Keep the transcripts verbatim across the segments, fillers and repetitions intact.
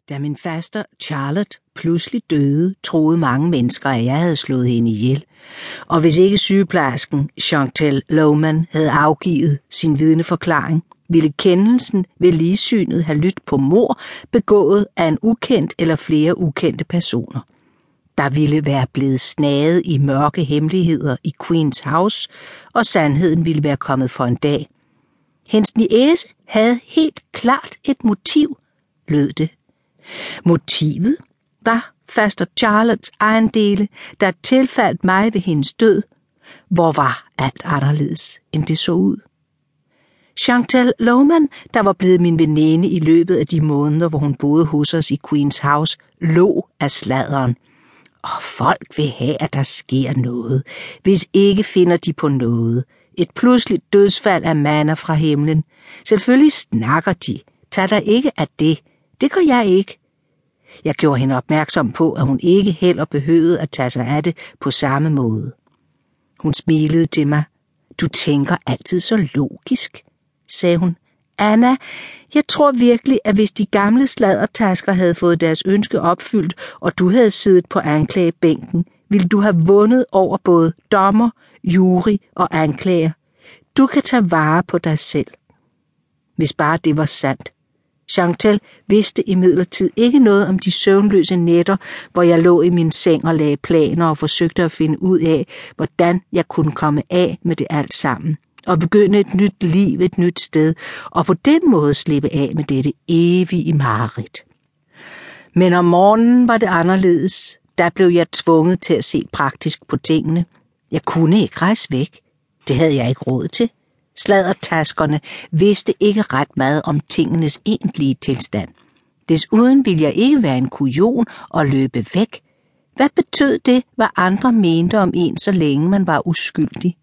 Da min faster Charlotte pludselig døde, troede mange mennesker, at jeg havde slået hende ihjel. Og hvis ikke sygeplejersken Chantal Lohman havde afgivet sin vidneforklaring, ville kendelsen ved ligsynet have lydt på mord begået af en ukendt eller flere ukendte personer. Der ville være blevet snaget i mørke hemmeligheder i Queen's House, og sandheden ville være kommet for en dag. Hendes niece havde helt klart et motiv, lød det. Motivet var faster Charlottes ejendele, der tilfaldt mig ved hendes død, hvor var alt anderledes, end det så ud. Chantal Lohman, der var blevet min veninde i løbet af de måneder, hvor hun boede hos os i Queen's House, lå af sladderen. Og folk vil have, at der sker noget. Hvis ikke finder de på noget. Et pludseligt dødsfald af manna fra himlen. Selvfølgelig snakker de. Tag der ikke af det. Det gør jeg ikke. Jeg gjorde hende opmærksom på, at hun ikke heller behøvede at tage sig af det på samme måde. Hun smilede til mig. Du tænker altid så logisk, sagde hun. Anna, jeg tror virkelig, at hvis de gamle sladdertasker havde fået deres ønske opfyldt, og du havde siddet på anklagebænken, ville du have vundet over både dommer, jury og anklager. Du kan tage vare på dig selv. Hvis bare det var sandt. Chantal vidste imidlertid ikke noget om de søvnløse nætter, hvor jeg lå i min seng og lagde planer og forsøgte at finde ud af, hvordan jeg kunne komme af med det alt sammen, og begynde et nyt liv et nyt sted, og på den måde slippe af med dette evige mareridt. Men om morgenen var det anderledes. Der blev jeg tvunget til at se praktisk på tingene. Jeg kunne ikke rejse væk. Det havde jeg ikke råd til. Sladdertaskerne vidste ikke ret meget om tingenes egentlige tilstand. Desuden ville jeg ikke være en kujon og løbe væk. Hvad betød det, hvad andre mente om en, så længe man var uskyldig?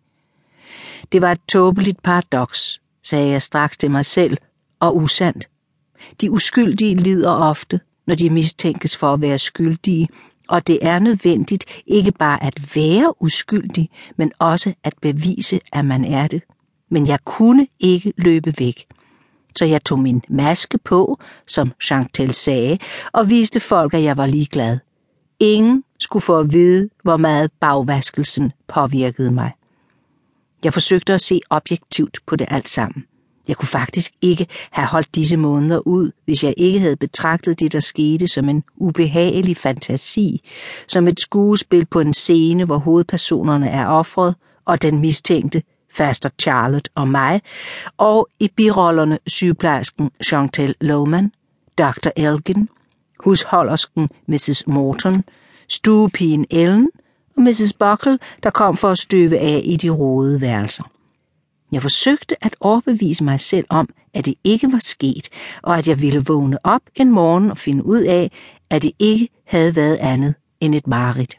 Det var et tåbeligt paradoks, sagde jeg straks til mig selv, og usandt. De uskyldige lider ofte, når de mistænkes for at være skyldige, og det er nødvendigt ikke bare at være uskyldig, men også at bevise, at man er det. Men jeg kunne ikke løbe væk. Så jeg tog min maske på, som Chantal sagde, og viste folk, at jeg var ligeglad. Ingen skulle få at vide, hvor meget bagvaskelsen påvirkede mig. Jeg forsøgte at se objektivt på det alt sammen. Jeg kunne faktisk ikke have holdt disse måneder ud, hvis jeg ikke havde betragtet det, der skete, som en ubehagelig fantasi, som et skuespil på en scene, hvor hovedpersonerne er ofret, og den mistænkte, faster Charlotte og mig, og i birollerne sygeplejersken Chantal Lohman, doktor Elgin, husholdersken missus Morton, stuepigen Ellen og missus Buckle, der kom for at støve af i de rodede værelser. Jeg forsøgte at overbevise mig selv om, at det ikke var sket, og at jeg ville vågne op en morgen og finde ud af, at det ikke havde været andet end et mareridt.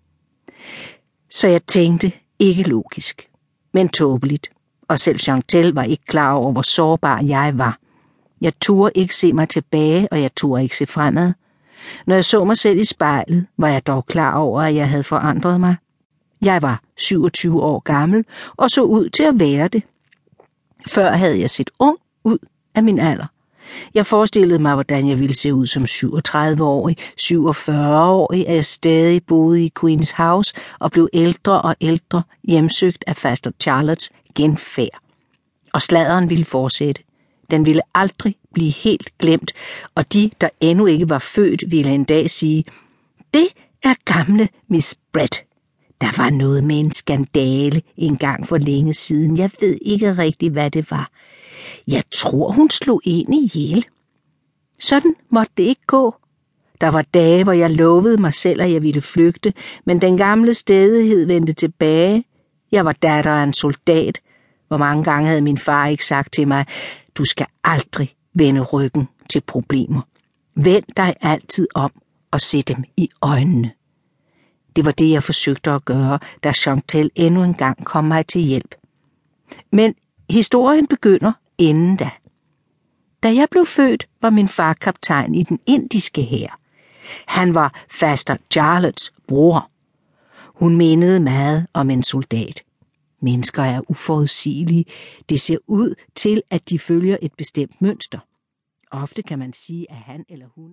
Så jeg tænkte ikke logisk, men tåbeligt, og selv Chantal var ikke klar over, hvor sårbar jeg var. Jeg turde ikke se mig tilbage, og jeg turde ikke se fremad. Når jeg så mig selv i spejlet, var jeg dog klar over, at jeg havde forandret mig. Jeg var syvogtyve år gammel og så ud til at være det. Før havde jeg set ung ud af min alder. Jeg forestillede mig, hvordan jeg ville se ud som syvogtredive-årig, syvogfyrre-årig, at jeg stadig boede i Queen's House og blev ældre og ældre, hjemsøgt af faster Charlottes genfærd. Og sladderen ville fortsætte. Den ville aldrig blive helt glemt, og de, der endnu ikke var født, ville en dag sige, det er gamle Miss Brett. Der var noget med en skandale en gang for længe siden. Jeg ved ikke rigtig, hvad det var. Jeg tror, hun slog en ihjel. Sådan måtte det ikke gå. Der var dage, hvor jeg lovede mig selv, at jeg ville flygte, men den gamle stædighed vendte tilbage. Jeg var datter af en soldat. Hvor mange gange havde min far ikke sagt til mig, du skal aldrig vende ryggen til problemer. Vend dig altid om og se dem i øjnene. Det var det, jeg forsøgte at gøre, da Chantal endnu en gang kom mig til hjælp. Men historien begynder inden da. Da jeg blev født, var min far kaptajn i den indiske hær. Han var faster Charlottes bror. Hun mindede meget om en soldat. Mennesker er uforudsigelige. Det ser ud til, at de følger et bestemt mønster. Ofte kan man sige, at han eller hun